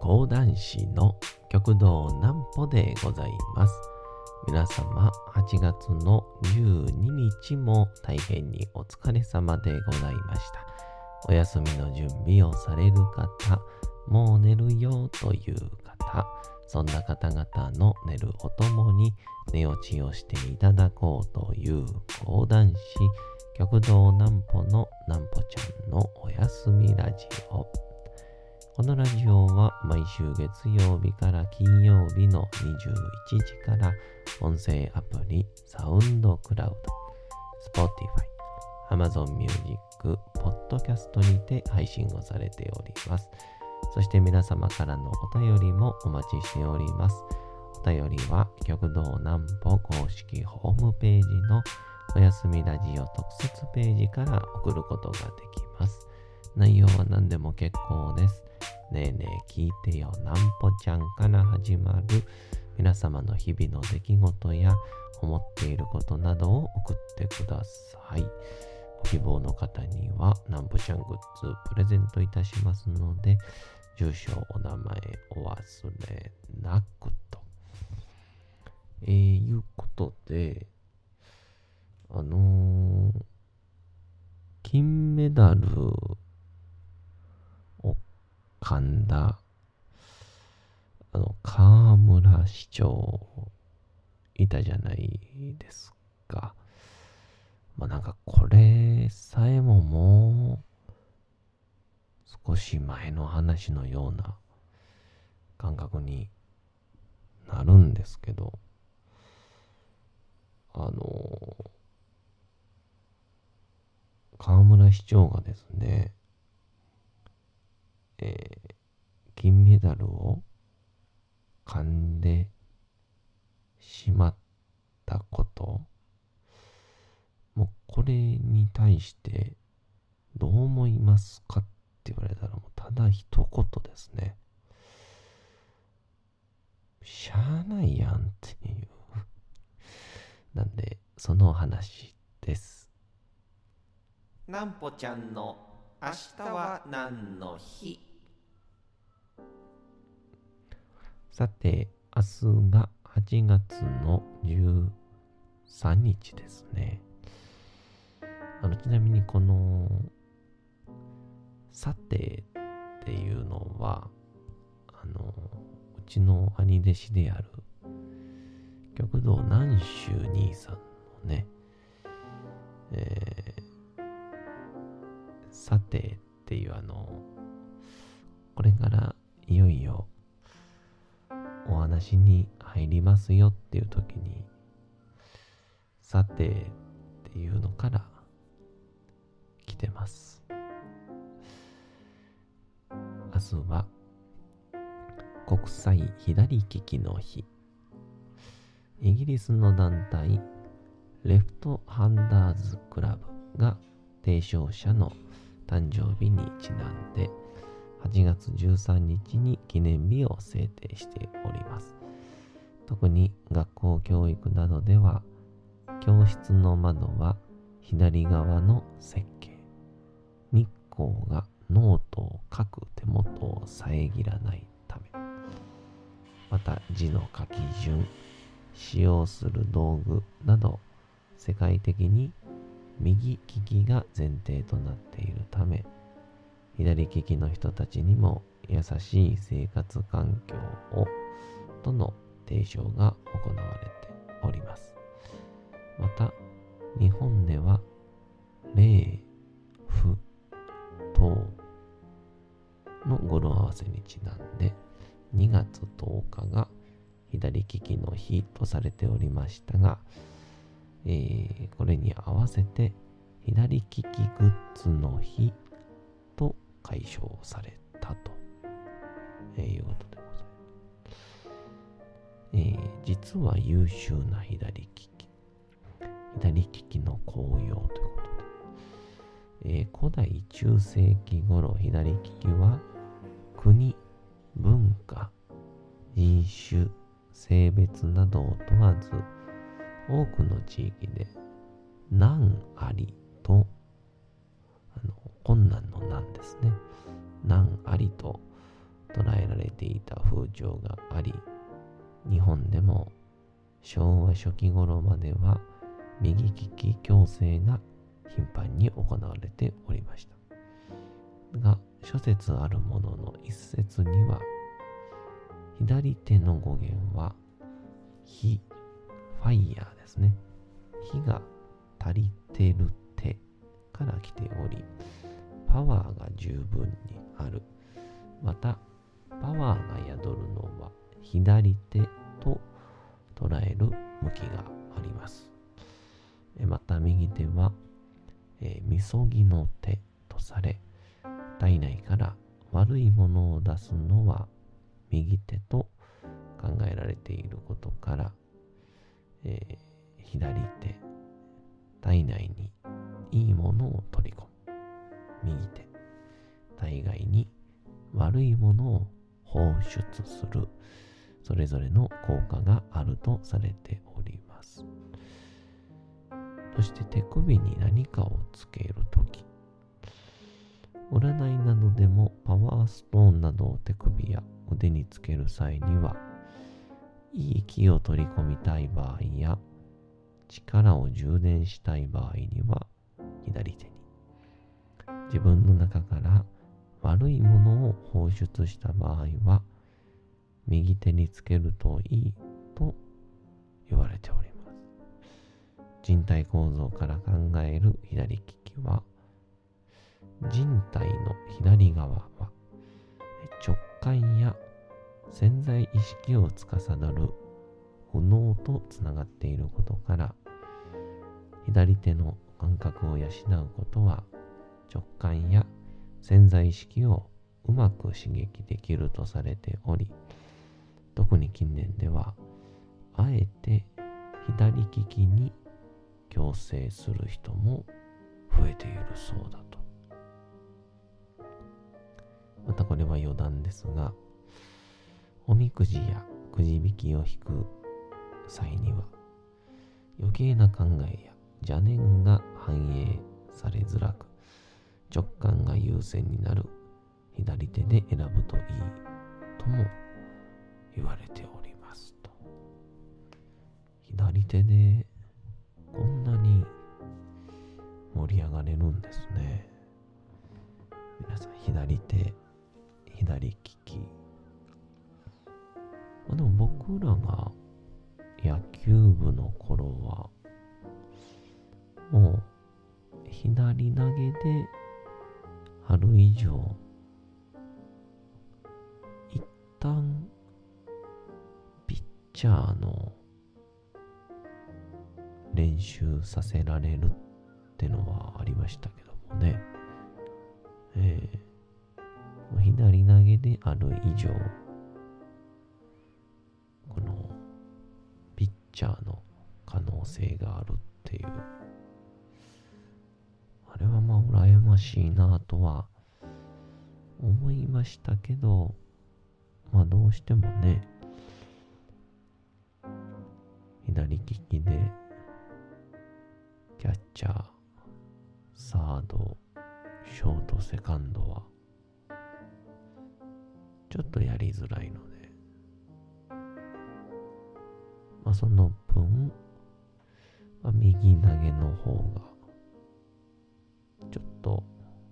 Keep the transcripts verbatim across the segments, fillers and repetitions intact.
講談師の極道南歩でございます。皆様はちがつのじゅうににちも大変にお疲れ様でございました。お休みの準備をされる方、もう寝るよという方、そんな方々の寝るおともに寝落ちをしていただこうという講談師極道南歩の南歩ちゃんのおやすみラジオ。このラジオは毎週月曜日から金曜日のにじゅういちじから音声アプリサウンドクラウド、Spotify、Amazon Music、Podcast にて配信をされております。そして皆様からのお便りもお待ちしております。お便りは極道南歩公式ホームページのおやすみラジオ特設ページから送ることができます。内容は何でも結構です。ねえねえ聞いてよ南歩ちゃんから始まる皆様の日々の出来事や思っていることなどを送ってください。ご希望の方には南歩ちゃんグッズプレゼントいたしますので、住所お名前お忘れなくと、えー、いうことで、あのー、金メダルを噛んだあの河村市長いたじゃないですか。まあなんかこれさえももう少し前の話のような感覚になるんですけど、あの河村市長がですね、えー、金メダルを噛んでしまったこと、もうこれに対してどう思いますかって言われたら、もうただ一言ですね。しゃあないやんっていう。なんで、その話です。 南歩ちゃんの明日は何の日。 さて、明日がはちがつのじゅうさんにちですね。あのちなみにこのさてっていうのは、あのうちの兄弟子である極道南州兄さんのね、えー、さてっていうあのこれからいよいよお話に入りますよっていう時に、さてっていうのから来てます。明日は国際左利きの日。イギリスの団体レフトハンダーズクラブが提唱者の誕生日にちなんではちがつじゅうさんにちに記念日を制定しております。特に学校教育などでは、教室の窓は左側の設計、日光がノートを書く手元を遮らないため、また字の書き順、使用する道具など世界的に右利きが前提となっているため、左利きの人たちにも優しい生活環境をとの提唱が行われております。また日本では礼、不、当の語呂合わせにちなんでにがつとおかが左利きの日とされておりましたが、えー、これに合わせて左利きグッズの日と解消されたと、えー、いうことでございます。えー、実は優秀な左利き、左利きの効用ということで、えー、古代中世紀頃、左利きは国、文化、人種、性別などを問わず、多くの地域で難ありと、あの困難の難ですね、難ありと捉えられていた風潮があり、日本でも昭和初期頃までは右利き矯正が頻繁に行われておりました。が、諸説あるものの一説には、左手の語源は火、ファイヤーですね。火が足りてる手から来ており、パワーが十分にある。また、パワーが宿るのは左手と捉える向きがあります。また、右手は、えー、みそぎの手とされ、体内から悪いものを出すのは右手と考えられていることから、えー、左手、体内にいいものを取り込む右手、体外に悪いものを放出する、それぞれの効果があるとされております。そして手首に何かをつけるとき、占いなどでもパワーストーンなどを手首や腕につける際には、いい気を取り込みたい場合や、力を充電したい場合には左手に、自分の中から悪いものを放出した場合は右手につけるといいと言われております。人体構造から考える左利きは、人体の左側は直感や潜在意識を司る右脳とつながっていることから、左手の感覚を養うことは直感や潜在意識をうまく刺激できるとされており、特に近年ではあえて左利きに矯正する人も増えているそうだと。またこれは余談ですが、おみくじやくじ引きを引く際には余計な考えや邪念が反映されづらく、直感が優先になる左手で選ぶといいとも言われておりますと。左手でこんなに盛り上がれるんですね。皆さん、左手、左利き。まあ、でも僕らが野球部の頃はもう左投げで春以上一旦ピッチャーの練習させられるってのはありましたけどもね、えー、左投げである以上このピッチャーの可能性があるっていう、あれはまあ羨ましいなとは思いましたけど、まあどうしてもね、左利きでキャッチャー、サード、ショート、セカンドはちょっとやりづらいので、まあその分、まあ、右投げの方がちょっと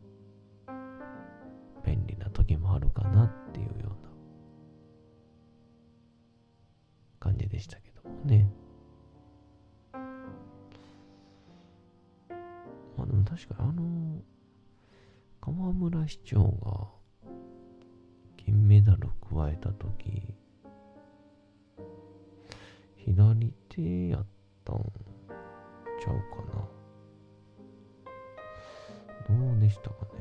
便利な時もあるかなっていうような感じでしたけどもね。まあでも確かにあの河村市長が金メダル加えた時、左手やったんちゃうかな。どうでしたかね。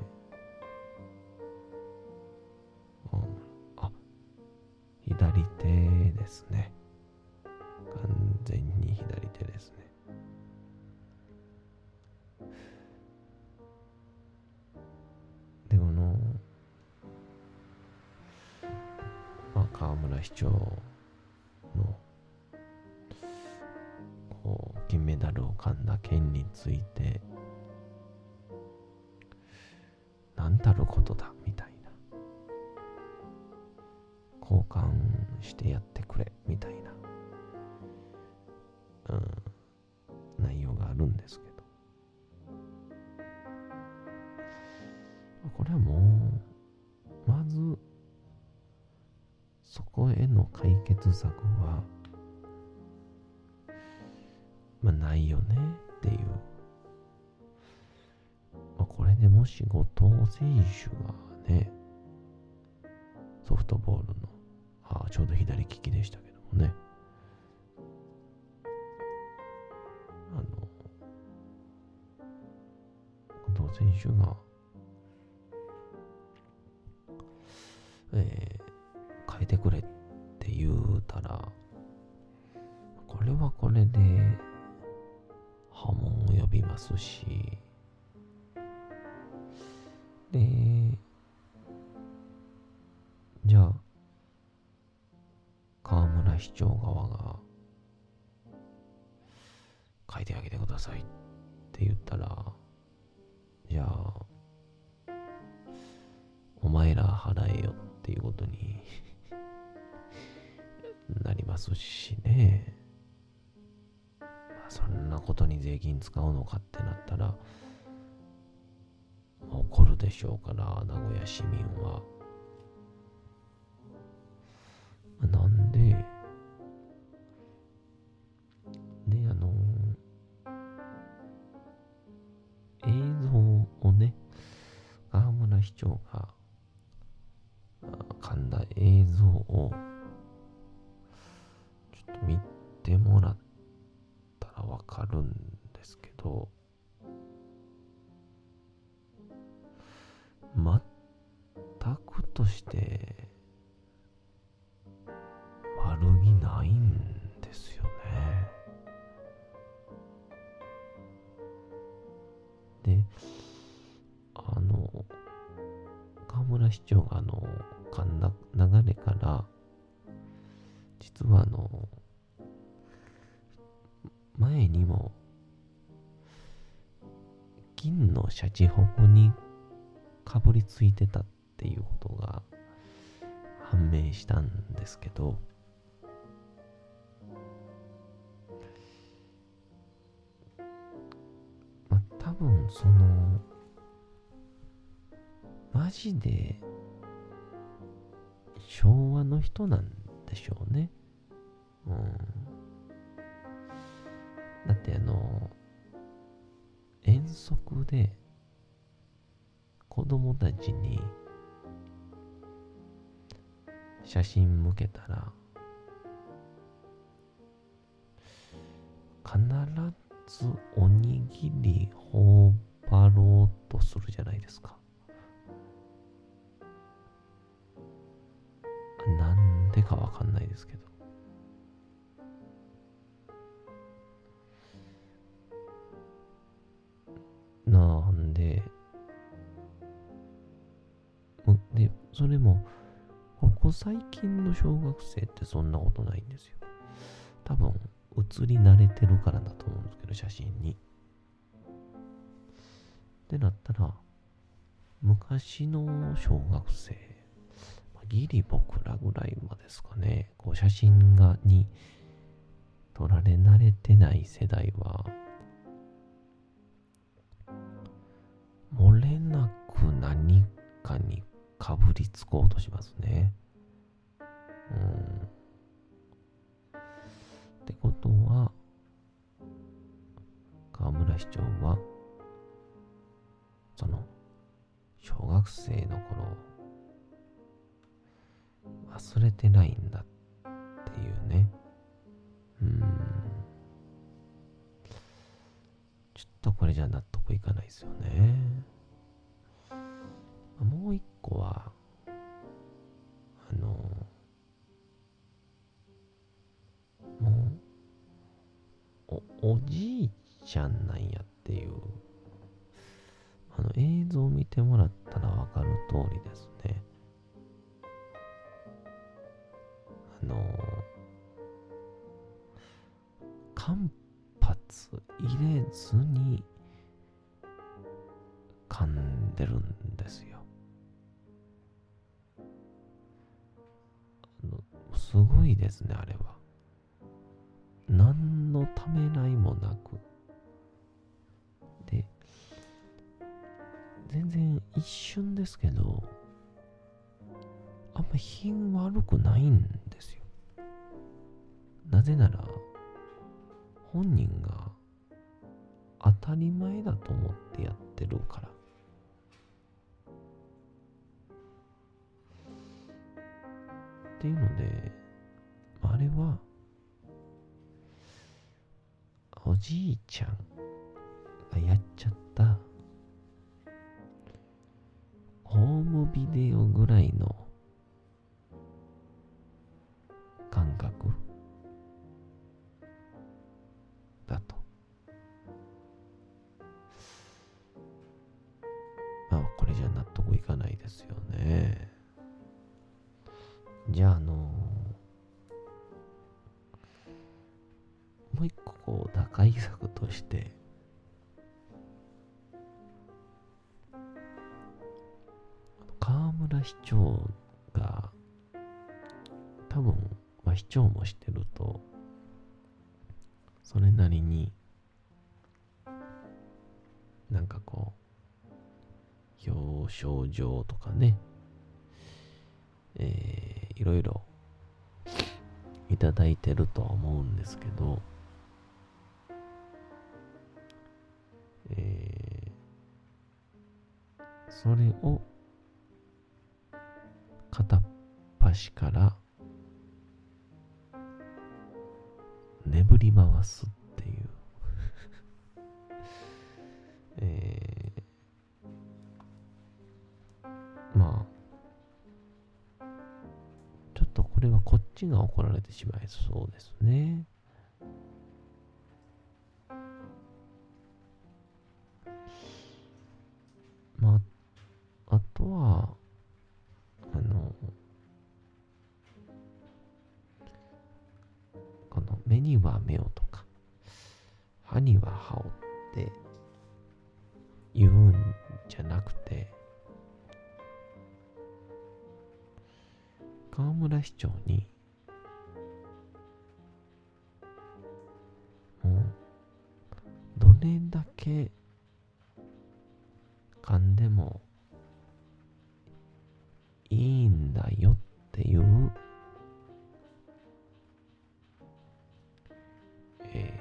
あ、左手ですね。完全に左手ですね。で、この、まあ、河村市長のこう金メダルを噛んだ件について、何たることだみたいな交換してやってくれみたいな、うん、内容があるんですけど、これはもうまずそこへの解決策は、まあ、ないよねっていう、まあ、これでもし後藤選手がね、ソフトボールのあちょうど左利きでしたけどもね、あの後藤選手が、えー、変えてくれって言うたら、これはこれで波紋を呼びますし、でじゃあ河村市長側が書いてあげてくださいって言ったら、じゃあお前ら払えよっていうことになりますしね。まあ、そんなことに税金使うのかってなったら怒るでしょうから、名古屋市民は。なんでであの映像をね、河村市長が噛んだ映像をちょっと見てもらったらわかるんですけど、全くとして悪気ないんですよね。で、あの河村市長があの噛んだ流れから、実はあの前にも銀のシャチホコにかぶりついてたっていうことが判明したんですけど、まあ多分そのマジで昭和の人なんでしょうね。うん。だってあの遠足で子供たちに写真向けたら必ずおにぎり頬張ろうとするじゃないですか。なんでかわかんないですけど、なんででそれもここ最近の小学生ってそんなことないんですよ。多分写り慣れてるからだと思うんですけど、写真にってなったら、昔の小学生、ギリ僕らぐらいまでですかね、こう写真がに撮られ慣れてない世代は漏れなく何かにかぶりつこうとしますね。うん。ってことは、河村市長はその小学生の頃忘れてないんだっていうね。うーん。ちょっとこれじゃ納得いかないですよね。もう一個は、あの、もう、お、おじいちゃんなんやっていう、あの映像を見てもらったらわかる通りですね。あの、間髪入れずに噛んでるんですよ。あすごいですね、あれは。何のためらいもなく。で、全然一瞬ですけど、あんま品悪くないんですよ。なぜなら、本人が当たり前だと思ってやってるから。っていうので、あれは、おじいちゃんがやっちゃったホームビデオぐらいの感覚だと。まあこれじゃ納得いかないですよね。じゃああのもう一個こう打開策として河村市長が多分、まあ、市長もしてるとそれなりになんかこう表彰状とかね、えー、いろいろいただいてるとは思うんですけど、えー、それを片っ端から眠り回すっていうえー、まあちょっとこれはこっちが怒られてしまいそうですね。まああとはあのこの目には目をとか歯には歯をって言うんじゃなくて、河村市長にもうどれだけ噛んでもいいんだよっていう、え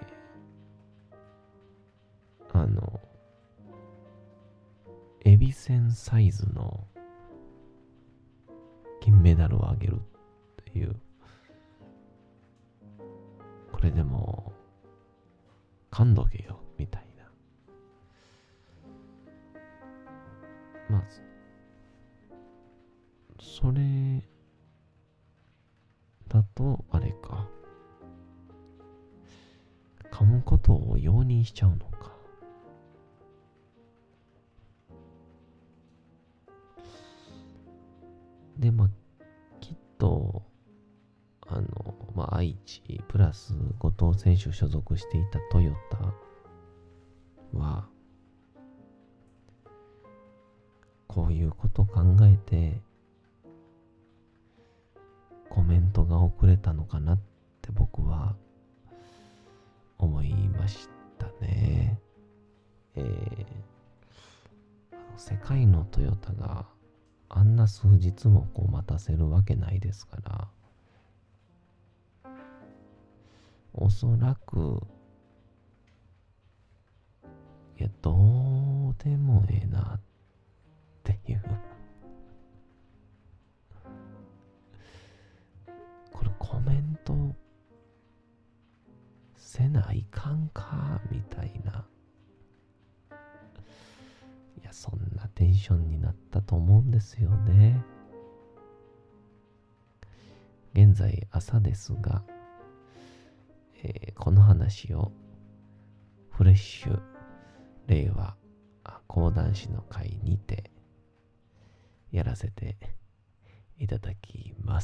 ー、あのエビせんサイズの金メダルをあげるっていう、これでも噛んどけよみたいな。まあそれだとあれか、噛むことを容認しちゃうのか。でまあきっとあのまあ愛知プラス後藤選手所属していたトヨタはこういうこと考えてコメントが遅れたのかなって僕は思いましたね。えー、世界のトヨタがあんな数日もこう待たせるわけないですから、おそらくいやどうでもええなっていうこれコメントせないかんかみたいな、いやそんなテンションになったと思うんですよね。現在朝ですが、えー、この話をフレッシュ令和講談師の会にてやらせていただきます。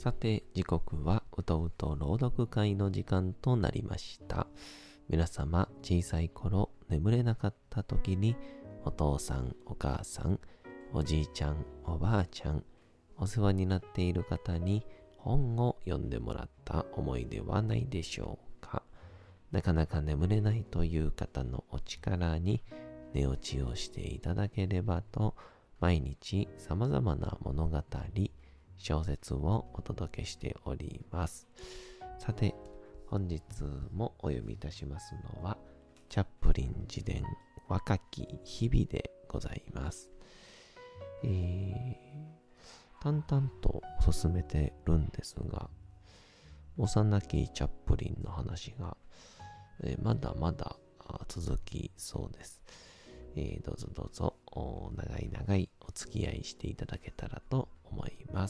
さて、時刻はうとうと朗読会の時間となりました。皆様、小さい頃眠れなかった時にお父さん、お母さん、おじいちゃん、おばあちゃん、お世話になっている方に本を読んでもらった思いではないでしょうか。なかなか眠れないという方のお力に寝落ちをしていただければと、毎日様々な物語、小説をお届けしております。さて、本日もお読みいたしますのは、チャップリン自伝若き日々でございます。えー、淡々と進めてるんですが、幼きチャップリンの話が、えー、まだまだ続きそうです。えー、どうぞどうぞ長い長いお付き合いしていただけたらと思います。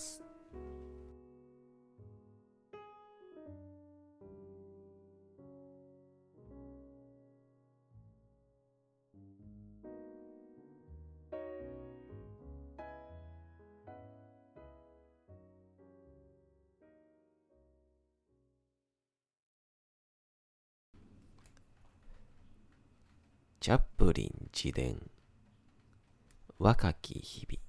チャップリン自伝若き日々。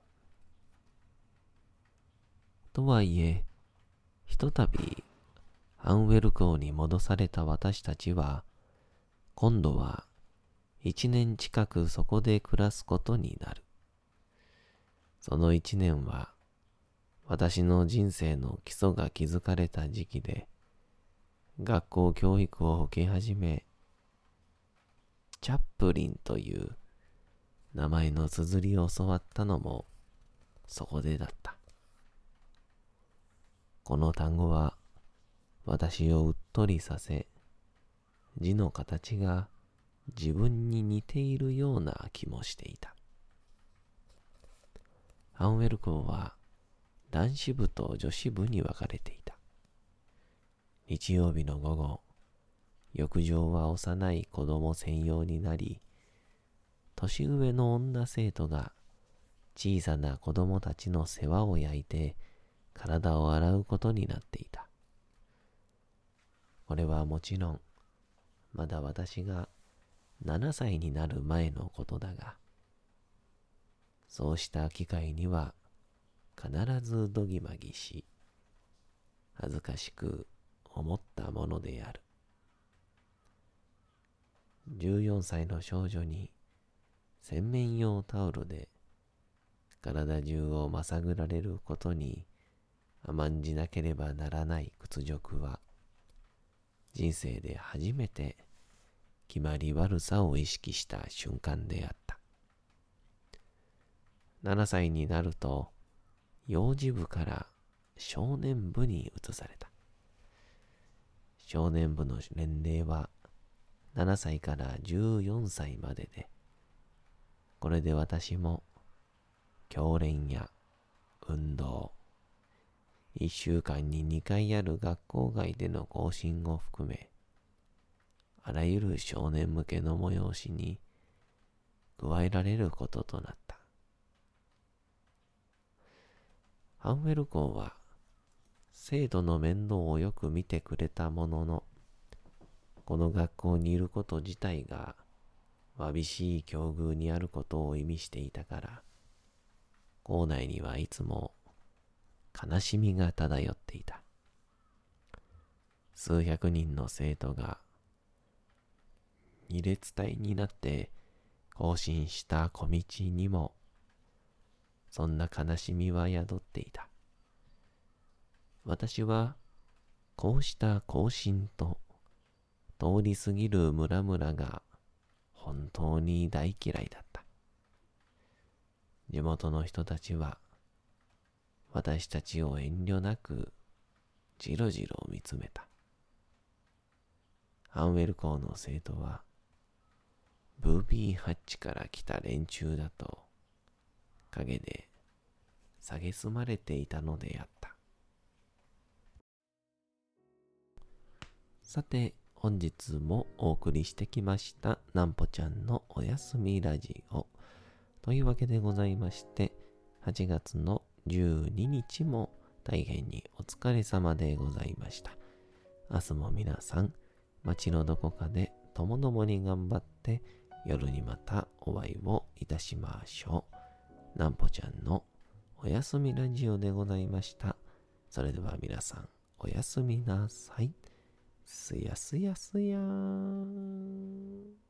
とはいえ、ひとたびアンウェル港に戻された私たちは、今度は一年近くそこで暮らすことになる。その一年は、私の人生の基礎が築かれた時期で、学校教育を受け始め、チャップリンという名前の綴りを教わったのもそこでだった。この単語は私をうっとりさせ、字の形が自分に似ているような気もしていた。アンウェル校は男子部と女子部に分かれていた。日曜日の午後、浴場は幼い子供専用になり、年上の女生徒が小さな子供たちの世話を焼いて体を洗うことになっていた。これはもちろん、まだ私がななさいになる前のことだが、そうした機会には必ずどぎまぎし、恥ずかしく思ったものである。じゅうよんさいの少女に洗面用タオルで体中をまさぐられることに甘んじなければならない屈辱は、人生で初めて決まり悪さを意識した瞬間であった。ななさいになると、幼児部から少年部に移された。少年部の年齢はななさいからじゅうよんさいまでで、これで私も教練や運動、いっしゅうかんににかいある学校外での講習を含め、あらゆる少年向けの催しに加えられることとなった。アンウェル校は生徒の面倒をよく見てくれたものの、この学校にいること自体がわびしい境遇にあることを意味していたから、校内にはいつも悲しみが漂っていた。数百人の生徒が二列隊になって行進した小道にも、そんな悲しみは宿っていた。私はこうした行進と通り過ぎるムラムラが本当に大嫌いだった。地元の人たちは私たちを遠慮なくじろじろ見つめた。アンウェル校の生徒はブービーハッチから来た連中だと陰で蔑まれていたのであった。さて、本日もお送りしてきましたなんぽちゃんのおやすみラジオというわけでございまして、はちがつのじゅうににちも大変にお疲れ様でございました。明日も皆さん、街のどこかでともどもに頑張って夜にまたお会いをいたしましょう。なんぽちゃんのおやすみラジオでございました。それでは皆さん、おやすみなさい。すやすやすやーん。